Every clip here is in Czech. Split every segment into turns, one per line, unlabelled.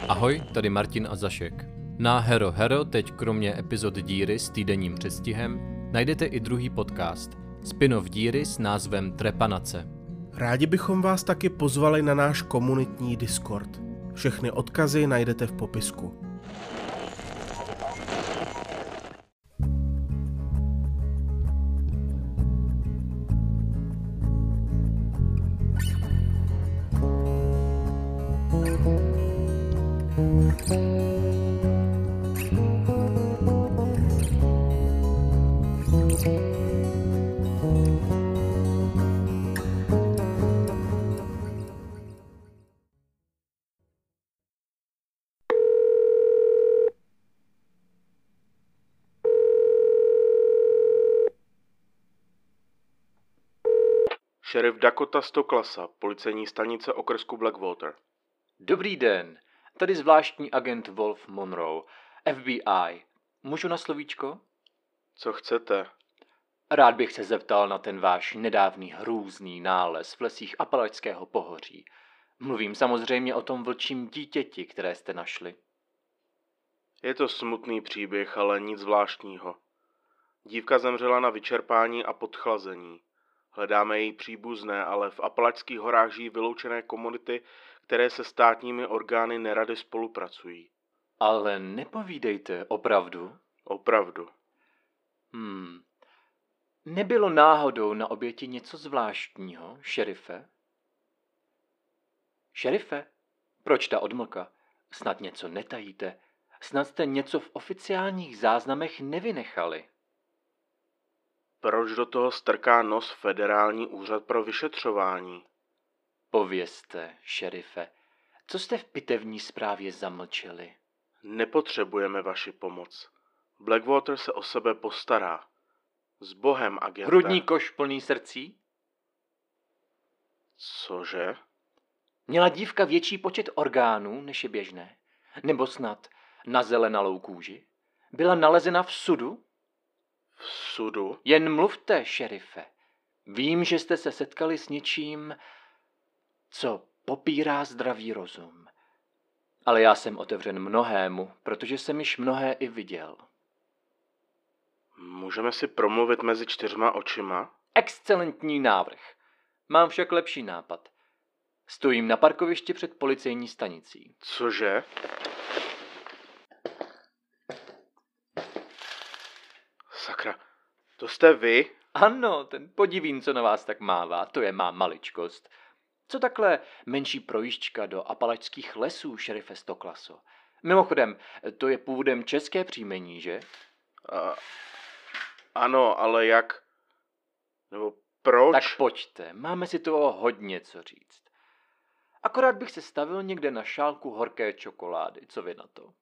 Ahoj, tady Martin a Zašek. Na Hero Hero teď kromě epizod Díry s týdenním předstihem najdete i druhý podcast, spin-off Díry s názvem Trepanace.
Rádi bychom vás taky pozvali na náš komunitní Discord. Všechny odkazy najdete v popisku. Šerif Dakota Stoklasa, policejní stanice okrsku Blackwater.
Dobrý den, tady zvláštní agent Wolf Monroe, FBI. Můžu na slovíčko?
Co chcete?
Rád bych se zeptal na ten váš nedávný hrůzný nález v lesích Apalačského pohoří. Mluvím samozřejmě o tom vlčím dítěti, které jste našli.
Je to smutný příběh, ale nic zvláštního. Dívka zemřela na vyčerpání a podchlazení. Hledáme její příbuzné, ale v Apalačských horách žijí vyloučené komunity, které se státními orgány nerady spolupracují.
Ale nepovídejte, opravdu?
Opravdu.
Nebylo náhodou na oběti něco zvláštního, šerife? Šerife? Proč ta odmlka? Snad něco netajíte? Snad jste něco v oficiálních záznamech nevynechali?
Proč do toho strká nos Federální úřad pro vyšetřování?
Povězte, šerife, co jste v pitevní zprávě zamlčeli?
Nepotřebujeme vaši pomoc. Blackwater se o sebe postará. S Bohem, agente.
Hrudní koš plný srdcí?
Cože?
Měla dívka větší počet orgánů, než je běžné? Nebo snad na zelenalou kůži? Byla nalezena v sudu?
V sudu?
Jen mluvte, šerife. Vím, že jste se setkali s něčím, co popírá zdravý rozum. Ale já jsem otevřen mnohému, protože jsem již mnohé i viděl.
Můžeme si promluvit mezi 4 očima?
Excelentní návrh. Mám však lepší nápad. Stojím na parkovišti před policejní stanicí.
Cože? Sakra, to jste vy?
Ano, ten podivín, co na vás tak mává, to je má maličkost. Co takhle menší projížďka do Apalačských lesů, šerife Stoklaso? Mimochodem, to je původem české příjmení, že?
Ano, ale jak? Nebo proč?
Tak pojďte, máme si toho hodně co říct. Akorát bych se stavil někde na šálku horké čokolády, co vy na to?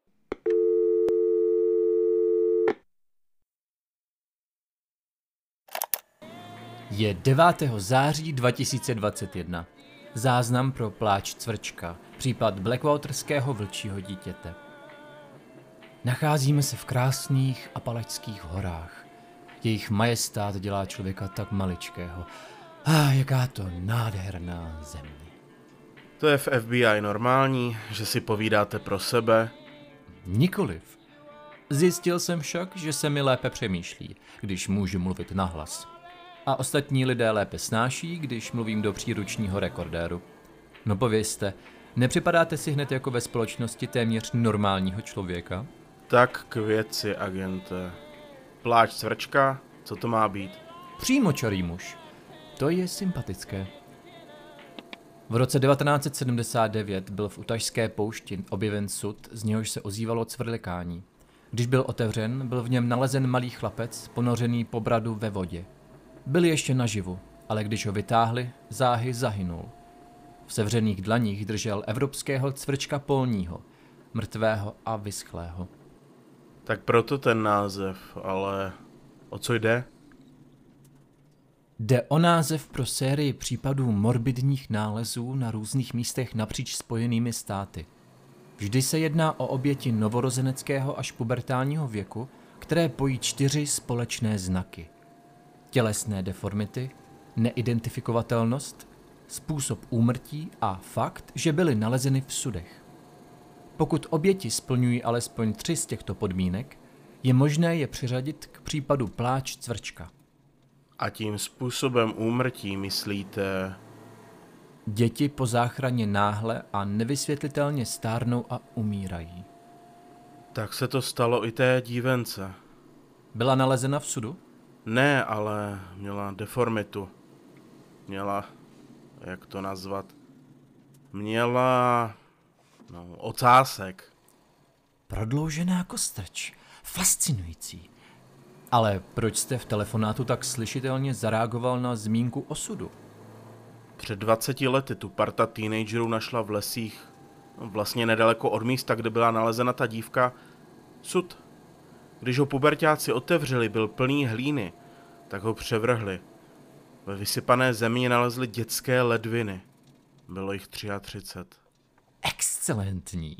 Je 9. září 2021. Záznam pro pláč Cvrčka, případ Blackwaterského vlčího dítěte. Nacházíme se v krásných Apalačských horách. Jejich majestát dělá člověka tak maličkého. Jaká to nádherná země.
To je v FBI normální, že si povídáte pro sebe?
Nikoliv. Zjistil jsem však, že se mi lépe přemýšlí, když můžu mluvit nahlas. A ostatní lidé lépe snáší, když mluvím do příručního rekordéru. No povězte, nepřipadáte si hned jako ve společnosti téměř normálního člověka?
Tak k věci, agente. Pláč Cvrčka? Co to má být?
Přímočarý muž. To je sympatické. V roce 1979 byl v Utašské poušti objeven sud, z něhož se ozývalo cvrlikání. Když byl otevřen, byl v něm nalezen malý chlapec, ponořený po bradu ve vodě. Byl ještě naživu, ale když ho vytáhli, záhy zahynul. V sevřených dlaních držel evropského cvrčka polního, mrtvého a vyschlého.
Tak proto ten název, ale o co jde?
Jde o název pro sérii případů morbidních nálezů na různých místech napříč Spojenými státy. Vždy se jedná o oběti novorozeneckého až pubertálního věku, které pojí 4 společné znaky. Tělesné deformity, neidentifikovatelnost, způsob úmrtí a fakt, že byly nalezeny v sudech. Pokud oběti splňují alespoň 3 z těchto podmínek, je možné je přiřadit k případu pláč cvrčka.
A tím způsobem úmrtí myslíte...
Děti po záchraně náhle a nevysvětlitelně stárnou a umírají.
Tak se to stalo i té dívence.
Byla nalezena v sudu?
Ne, ale měla deformitu. Měla... jak to nazvat? Měla... ocásek.
Prodloužená kostrč. Fascinující. Ale proč jste v telefonátu tak slyšitelně zareagoval na zmínku o sudu?
Před 20 lety tu parta teenagerů našla v lesích, vlastně nedaleko od místa, kde byla nalezena ta dívka, sud. Když ho puberťáci otevřeli, byl plný hlíny, tak ho převrhli. Ve vysypané zemi nalezli dětské ledviny. Bylo jich 33.
Excelentní.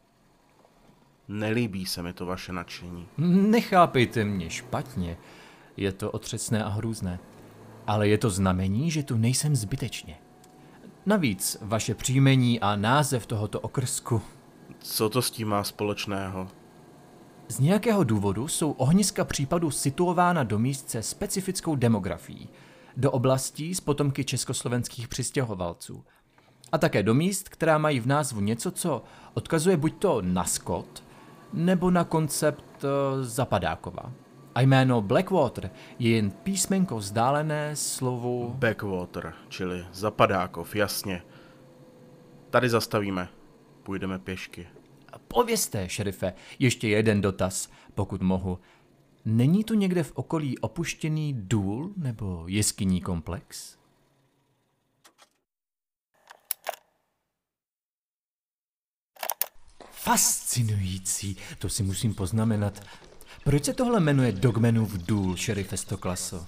Nelíbí se mi to vaše nadšení.
Nechápejte mě špatně. Je to otřesné a hrůzné. Ale je to znamení, že tu nejsem zbytečně. Navíc vaše příjmení a název tohoto okrsku.
Co to s tím má společného?
Z nějakého důvodu jsou ohniska případů situována do míst se specifickou demografií, do oblastí s potomky československých přistěhovalců. A také do míst, která mají v názvu něco, co odkazuje buď to na skot, nebo na koncept Zapadákova. A jméno Blackwater je jen písmenko vzdálené slovu...
Backwater, čili Zapadákov, jasně. Tady zastavíme. Půjdeme pěšky.
Povězte, šerife, ještě jeden dotaz, pokud mohu. Není tu někde v okolí opuštěný důl nebo jeskyní komplex? Fascinující, to si musím poznamenat. Proč se tohle jmenuje Dogmanův důl, šerife Stoklaso?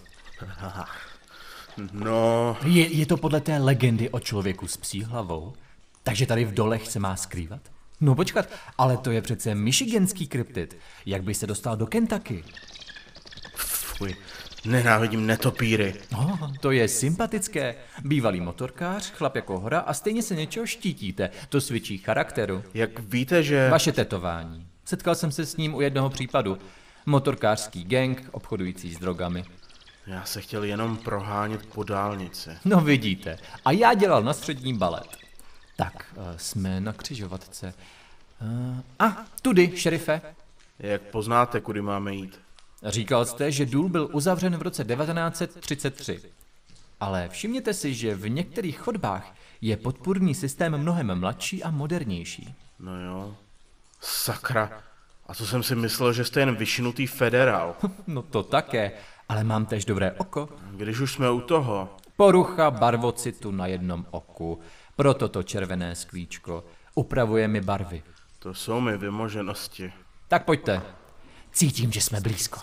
No...
Je to podle té legendy o člověku s psí hlavou? Takže tady v dolech se má skrývat? No počkat, ale to je přece michiganský kryptid. Jak by se dostal do Kentucky?
Fuj, nenávidím netopíry.
To je sympatické. Bývalý motorkář, chlap jako hora a stejně se něčeho štítíte. To svědčí charakteru.
Jak víte, že...
Vaše tetování. Setkal jsem se s ním u jednoho případu. Motorkářský gang, obchodující s drogami.
Já se chtěl jenom prohánět po dálnici.
No vidíte. A já dělal na střední balet. Tak, jsme na křižovatce. Tudy, šerife.
Jak poznáte, kudy máme jít?
Říkal jste, že důl byl uzavřen v roce 1933. Ale všimněte si, že v některých chodbách je podpůrný systém mnohem mladší a modernější.
No jo. Sakra. A co jsem si myslel, že jste jen vyšinutý federál.
No to také, ale mám též dobré oko.
Když už jsme u toho...
Porucha barvocitu na jednom oku. Proto to červené sklíčko. Upravuje mi barvy.
To jsou mi vymoženosti.
Tak pojďte. Cítím, že jsme blízko.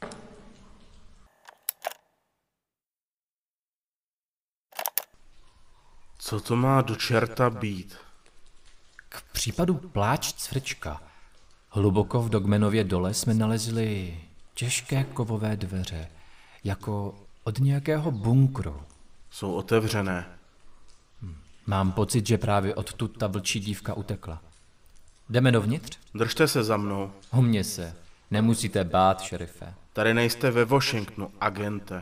Co to má do čerta být?
K případu pláč cvrčka. Hluboko v Dogmanově dole jsme nalezli těžké kovové dveře, jako od nějakého bunkru.
Jsou otevřené.
Mám pocit, že právě odtud ta vlčí dívka utekla. Jdeme dovnitř?
Držte se za mnou.
Humně se. Nemusíte bát, šerife.
Tady nejste ve Washingtonu, agente.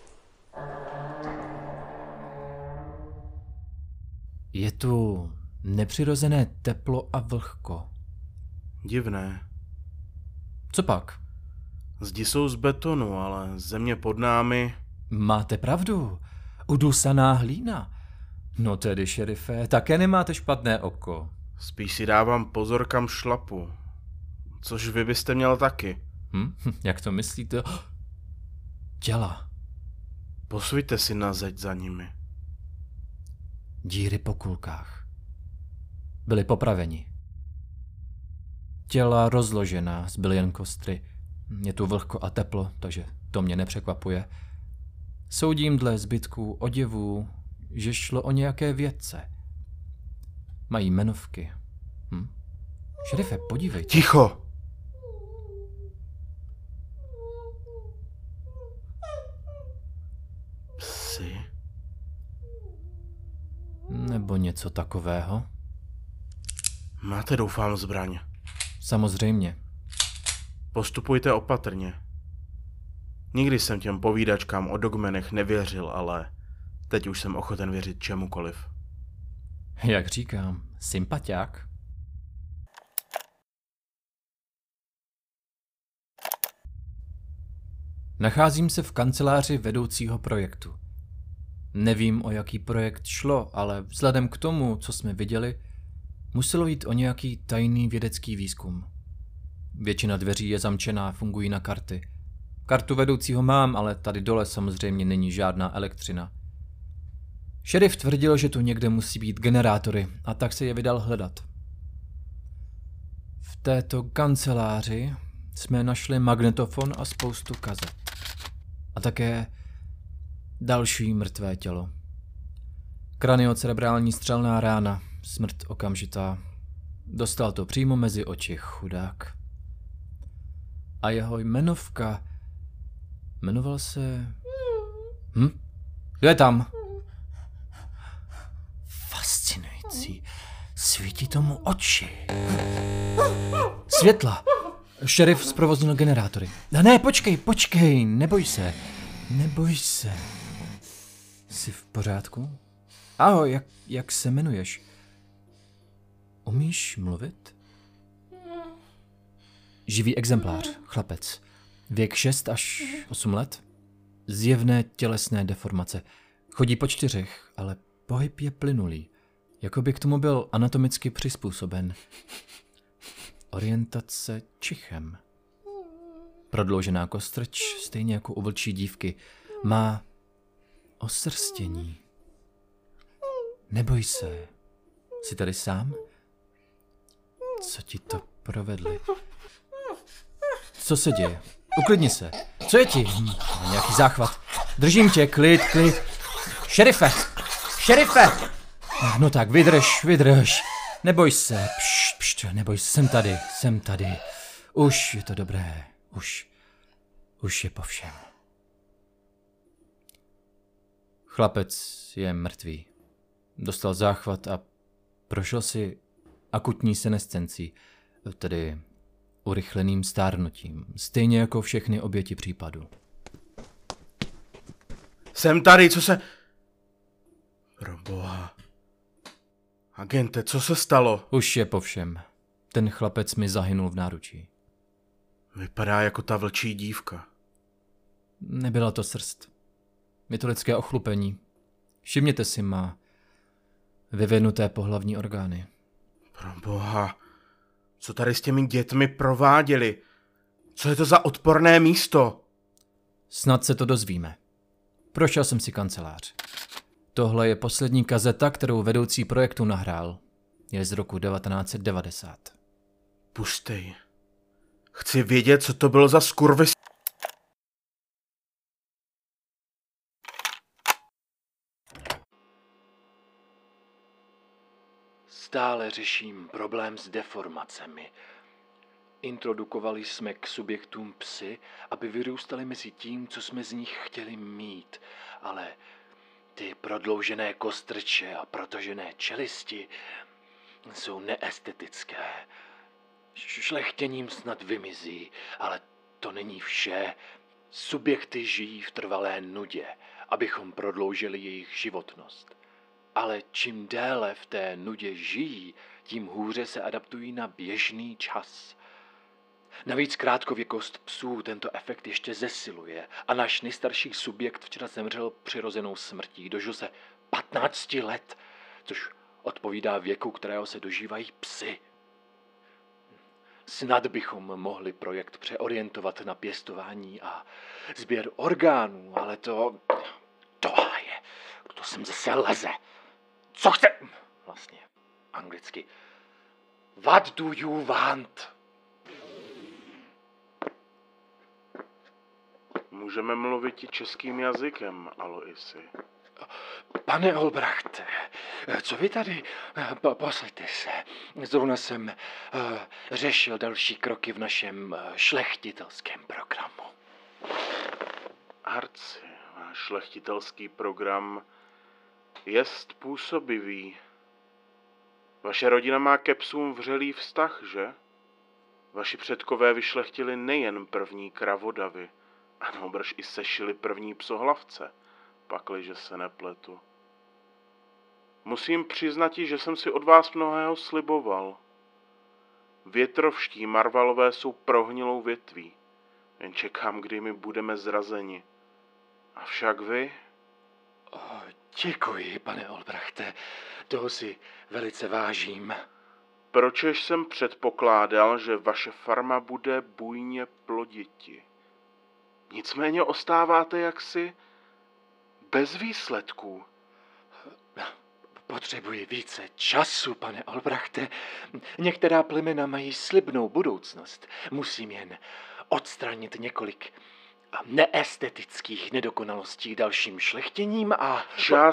Je tu nepřirozené teplo a vlhko.
Divné.
Co pak?
Zdi jsou z betonu, ale země pod námi...
Máte pravdu. Udusaná hlína. No tedy, šerife, také nemáte špatné oko.
Spíš si dávám pozor, kam šlapu. Což vy byste měl taky.
Jak to myslíte? Těla.
Posvíťte si na zeď za nimi.
Díry po kulkách. Byli popraveni. Těla rozložená, zbyly jen kostry. Je tu vlhko a teplo, takže to mě nepřekvapuje. Soudím dle zbytků oděvů, že šlo o nějaké vědce. Mají jmenovky. Šerife, podívejte.
Ticho! Psy?
Nebo něco takového.
Máte, doufám, zbraň.
Samozřejmě.
Postupujte opatrně. Nikdy jsem těm povídačkám o dogmenech nevěřil, ale teď už jsem ochoten věřit čemukoliv.
Jak říkám, sympatiák. Nacházím se v kanceláři vedoucího projektu. Nevím, o jaký projekt šlo, ale vzhledem k tomu, co jsme viděli, muselo jít o nějaký tajný vědecký výzkum. Většina dveří je zamčená, fungují na karty. Kartu vedoucího mám, ale tady dole samozřejmě není žádná elektřina. Šerif tvrdil, že tu někde musí být generátory, a tak se je vydal hledat. V této kanceláři jsme našli magnetofon a spoustu kazet. A také další mrtvé tělo. Kraniocerebrální střelná rána, smrt okamžitá. Dostal to přímo mezi oči, chudák. A jeho jmenovka jmenoval se... Kdo je tam? Fascinující. Svítí tomu oči. Světla. Šerif zprovoznil generátory. Ne, počkej, neboj se. Neboj se. Jsi v pořádku? Ahoj, jak se jmenuješ? Umíš mluvit? Živý exemplář, chlapec. Věk 6 až 8 let. Zjevné tělesné deformace. Chodí po 4, ale pohyb je plynulý. Jako by k tomu byl anatomicky přizpůsoben. Orientace čichem. Prodloužená kostrč, stejně jako u vlčí dívky. Má osrstění. Neboj se. Jsi tady sám? Co ti to provedli? Co se děje? Uklidni se. Co je ti? Nějaký záchvat. Držím tě, klid. Šerife! No tak, vydrž. Neboj se. Neboj se, jsem tady. Už je to dobré. Už je po všem. Chlapec je mrtvý. Dostal záchvat a prošel si akutní senescencí, tedy urychleným stárnutím, stejně jako všechny oběti případu.
Jsem tady, co se... Proboha. Agente, co se stalo?
Už je po všem. Ten chlapec mi zahynul v náručí.
Vypadá jako ta vlčí dívka.
Nebyla to srst. Je to lidské ochlupení. Všimněte si, má vyvinuté pohlavní orgány.
Proboha. Co tady s těmi dětmi prováděli? Co je to za odporné místo?
Snad se to dozvíme. Prošel jsem si kancelář. Tohle je poslední kazeta, kterou vedoucí projektu nahrál. Je z roku 1990.
Pustej. Chci vědět, co to bylo za skurvys...
Stále řeším problém s deformacemi. Introdukovali jsme k subjektům psy, aby vyrůstali mezi tím, co jsme z nich chtěli mít, ale ty prodloužené kostrče a protažené čelisti jsou neestetické. Šlechtěním snad vymizí, ale to není vše. Subjekty žijí v trvalé nudě, abychom prodloužili jejich životnost. Ale čím déle v té nudě žijí, tím hůře se adaptují na běžný čas. Navíc krátkověkost psů tento efekt ještě zesiluje a náš nejstarší subjekt včera zemřel přirozenou smrtí. Dožil se 15 let, což odpovídá věku, kterého se dožívají psy. Snad bychom mohli projekt přeorientovat na pěstování a sběr orgánů, ale to sem zase leze. Co chce? Vlastně anglicky. What do you want?
Můžeme mluvit i českým jazykem, Aloisi.
Pane Olbrachte, co vy tady? Posaďte se. Zrovna jsem řešil další kroky v našem šlechtitelském programu.
Harci, váš šlechtitelský program jest působivý. Vaše rodina má ke psům vřelý vztah, že? Vaši předkové vyšlechtili nejen první kravodavy, a nobrž i sešili první psohlavce, pakliže se nepletu. Musím přiznati, že jsem si od vás mnohého sliboval. Větrovští marvalové jsou prohnilou větví, jen čekám, kdy my budeme zrazeni. Avšak vy?
Děkuji, pane Olbrachte, toho si velice vážím.
Pročež jsem předpokládal, že vaše farma bude bujně ploditi. Nicméně ostáváte jaksi bez výsledků.
Potřebuji více času, pane Olbrachte. Některá plemena mají slibnou budoucnost. Musím jen odstranit několik neestetických nedokonalostí dalším šlechtěním a...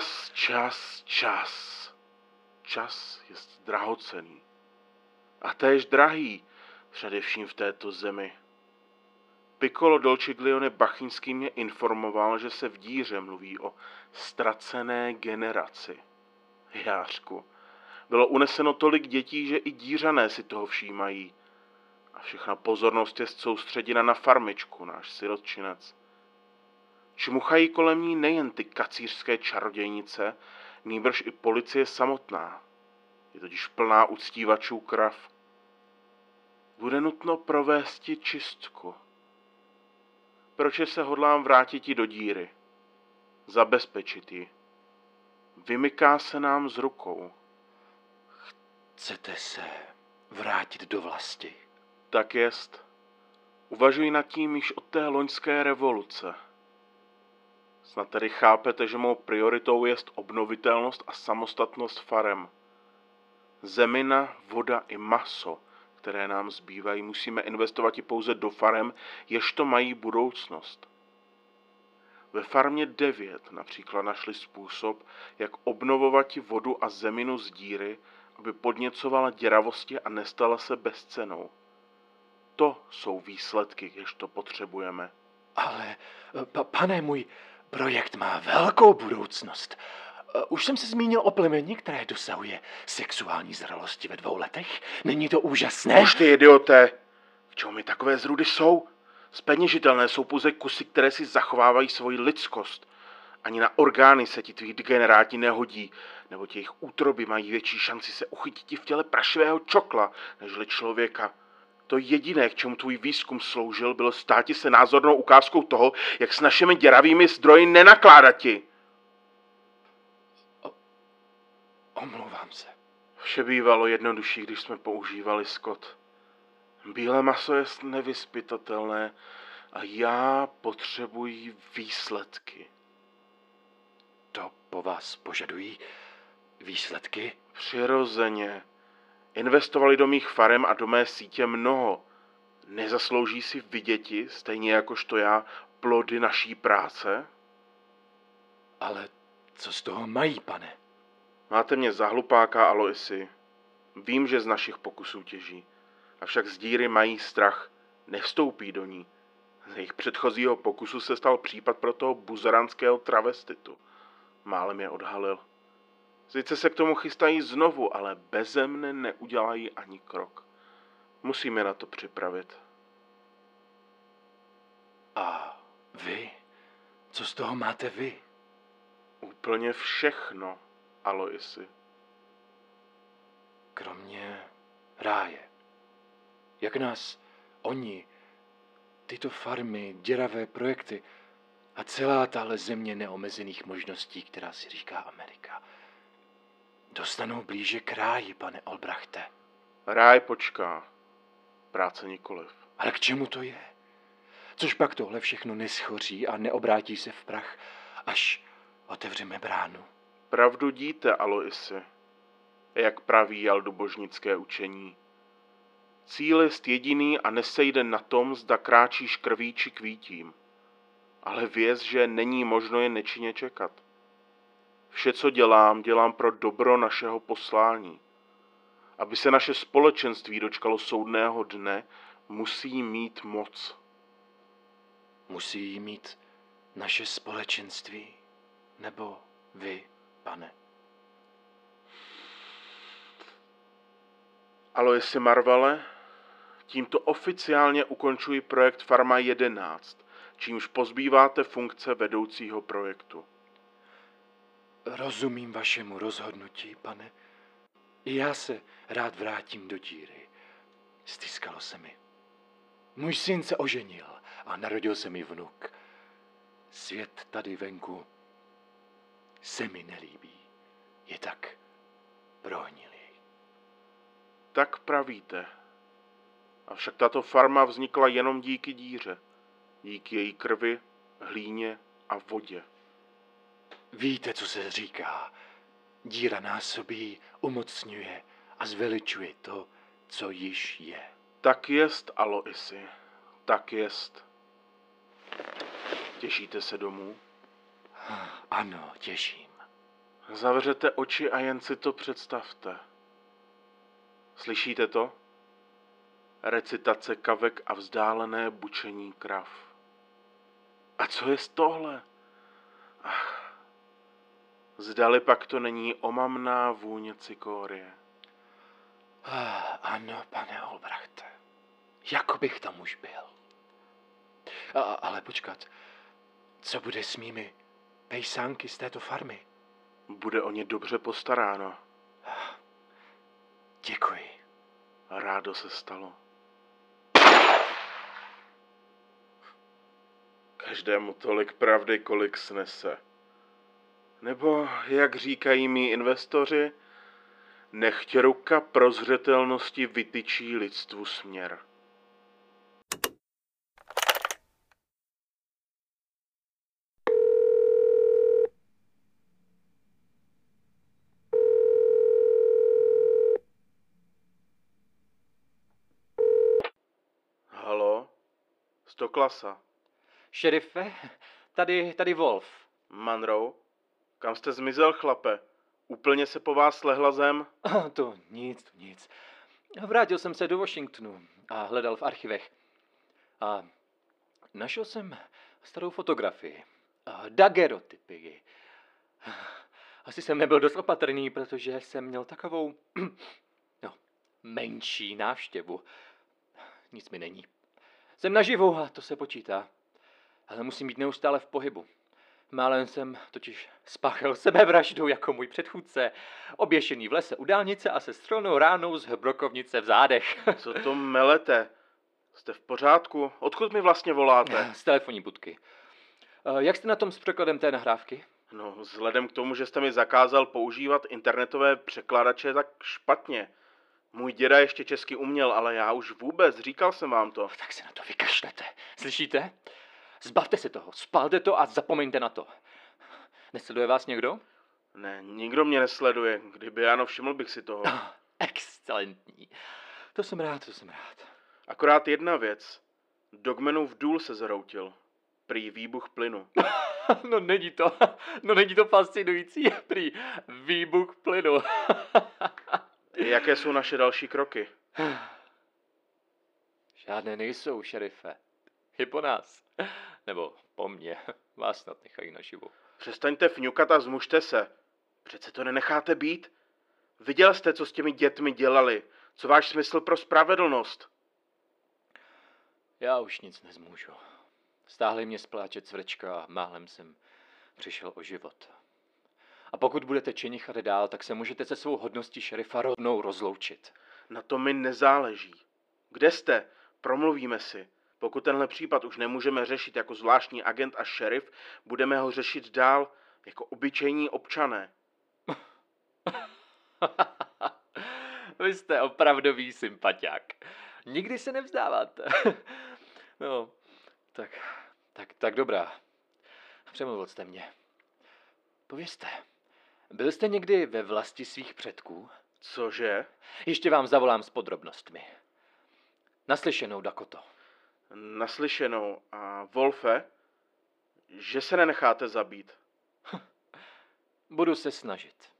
Čas. Čas je drahocenný. A též drahý, především v této zemi. Piccolo Dolciglione Bachinský mě informoval, že se v díře mluví o ztracené generaci. Jářku, bylo uneseno tolik dětí, že i dířané si toho všímají. A všechna pozornost je soustředěna na farmičku, náš sirotčinec. Čmuchají kolem ní nejen ty kacířské čarodějnice, nýbrž i policie samotná. Je totiž plná uctívačů krav. Bude nutno provésti čistku. Proč se hodlám vrátit do díry? Zabezpečit ji. Vymyká se nám z rukou.
Chcete se vrátit do vlasti?
Tak jest. Uvažuji nad tím již od té loňské revoluce. Snad tedy chápete, že mou prioritou jest obnovitelnost a samostatnost farem. Zemina, voda i maso, které nám zbývají, musíme investovat i pouze do farem, jež to mají budoucnost. Ve farmě 9 například našli způsob, jak obnovovat vodu a zeminu z díry, aby podněcovala děravosti a nestala se bezcennou. To jsou výsledky, jež to potřebujeme.
Ale, pane, můj projekt má velkou budoucnost. Už jsem se zmínil o plemeni, které dosahuje sexuální zralosti ve 2 letech. Není to úžasné?
Už ty idioté! K čemu mi takové zrůdy jsou? Zpeněžitelné jsou pouze kusy, které si zachovávají svoji lidskost. Ani na orgány se ti tví degeneráti nehodí, nebo jejich útroby mají větší šanci se uchytit v těle prašivého čokla, nežli člověka. To jediné, k čemu tvůj výzkum sloužil, bylo státi se názornou ukázkou toho, jak s našimi děravými zdroji nenakládati.
Omlouvám se.
Vše bývalo jednodušší, když jsme používali skot. Bílé maso je nevyzpytatelné a já potřebuji výsledky.
To po vás požadují výsledky?
Přirozeně. Investovali do mých farem a do mé sítě mnoho. Nezaslouží si viděti, stejně jakožto já, plody naší práce?
Ale co z toho mají, pane?
Máte mě za hlupáka, Aloisi. Vím, že z našich pokusů těží. Avšak z díry mají strach. Nevstoupí do ní. Z jejich předchozího pokusu se stal případ pro toho buzeranského travestitu. Málem je odhalil. Sice se k tomu chystají znovu, ale beze mne neudělají ani krok. Musíme na to připravit.
A vy? Co z toho máte vy?
Úplně všechno, Aloisi.
Kromě ráje. Jak nás oni, tyto farmy, děravé projekty a celá tahle země neomezených možností, která si říká Amerika, dostanou blíže k ráji, pane Olbrachte.
Ráj počká. Práce nikoliv.
Ale k čemu to je? Což pak tohle všechno neschoří a neobrátí se v prach, až otevřeme bránu.
Pravdu díte, Aloisi, jak praví jaldubožnické učení. Cíl jest jediný a nesejde na tom, zda kráčíš krví či kvítím. Ale věz, že není možno je nečinně čekat. Vše, co dělám, dělám pro dobro našeho poslání. Aby se naše společenství dočkalo soudného dne, musí mít moc.
Musí jí mít naše společenství, nebo vy, pane?
Aloisi Marvale, tímto oficiálně ukončuji projekt Farma 11, čímž pozbýváte funkce vedoucího projektu.
Rozumím vašemu rozhodnutí, pane. I já se rád vrátím do díry. Stýskalo se mi. Můj syn se oženil a narodil se mi vnuk. Svět tady venku se mi nelíbí. Je tak prohnilý.
Tak pravíte. Avšak tato farma vznikla jenom díky díře. Díky její krvi, hlíně a vodě.
Víte, co se říká. Díra násobí, umocňuje a zveličuje to, co již je.
Tak jest, Aloisi. Tak jest. Těšíte se domů?
Ano, těším.
Zavřete oči a jen si to představte. Slyšíte to? Recitace kavek a vzdálené bučení krav. A co je z tohle? Ach, zdali pak to není omamná vůně cikórie.
Ano, pane Olbrachte. Jako bych tam už byl. Ale počkat. Co bude s mými pejsánky z této farmy?
Bude o ně dobře postaráno.
Děkuji.
Rádo se stalo. Každému tolik pravdy, kolik snese. Nebo, jak říkají mí investoři, nechť ruka prozřetelnosti vytyčí lidstvu směr. Halo? Stoklasa.
Šerife, tady Wolf.
Monroe? Kam jste zmizel, chlape? Úplně se po vás lehla zem?
To nic. Vrátil jsem se do Washingtonu a hledal v archivech. A našel jsem starou fotografii. Daguerreotypy. Asi jsem nebyl dost opatrný, protože jsem měl takovou menší návštěvu. Nic mi není. Jsem naživu a to se počítá. Ale musím být neustále v pohybu. Málem jsem totiž spáchal sebevraždu jako můj předchůdce, oběšený v lese u dálnice a se střelnou ránou z brokovnice v zádech.
Co to melete? Jste v pořádku? Odkud mi vlastně voláte?
Z telefonní budky. Jak jste na tom s překladem té nahrávky?
No, vzhledem k tomu, že jste mi zakázal používat internetové překladače, tak špatně. Můj děda ještě česky uměl, ale já už vůbec, říkal jsem vám to.
Tak se na to vykašlete. Slyšíte? Zbavte se toho, spalte to a zapomeňte na to. Nesleduje vás někdo?
Ne, nikdo mě nesleduje. Kdyby ano, všiml bych si toho.
Excelentní. To jsem rád.
Akorát jedna věc. Dogmanův důl se zhroutil. Prý výbuch plynu.
No není to fascinující. Prý výbuch plynu.
Jaké jsou naše další kroky?
Žádné nejsou, šerife. Je po nás. Nebo po mně. Vás snad nechají naživu.
Přestaňte fňukat a zmužte se. Přece to nenecháte být? Viděl jste, co s těmi dětmi dělali? Co váš smysl pro spravedlnost?
Já už nic nezmůžu. Stáhli mě z pláče cvrčka a málem jsem přišel o život. A pokud budete činit dál, tak se můžete se svou hodností šerifa rovnou rozloučit.
Na to mi nezáleží. Kde jste? Promluvíme si. Pokud tenhle případ už nemůžeme řešit jako zvláštní agent a šerif, budeme ho řešit dál jako obyčejní občané.
Vy jste opravdový sympatiák. Nikdy se nevzdáváte. No, tak dobrá. Přemluvil jste mě. Povězte, byl jste někdy ve vlasti svých předků?
Cože?
Ještě vám zavolám s podrobnostmi. Naslyšenou, Dakoto.
Naslyšenou. A Wolfe? Že se nenecháte zabít?
Budu se snažit.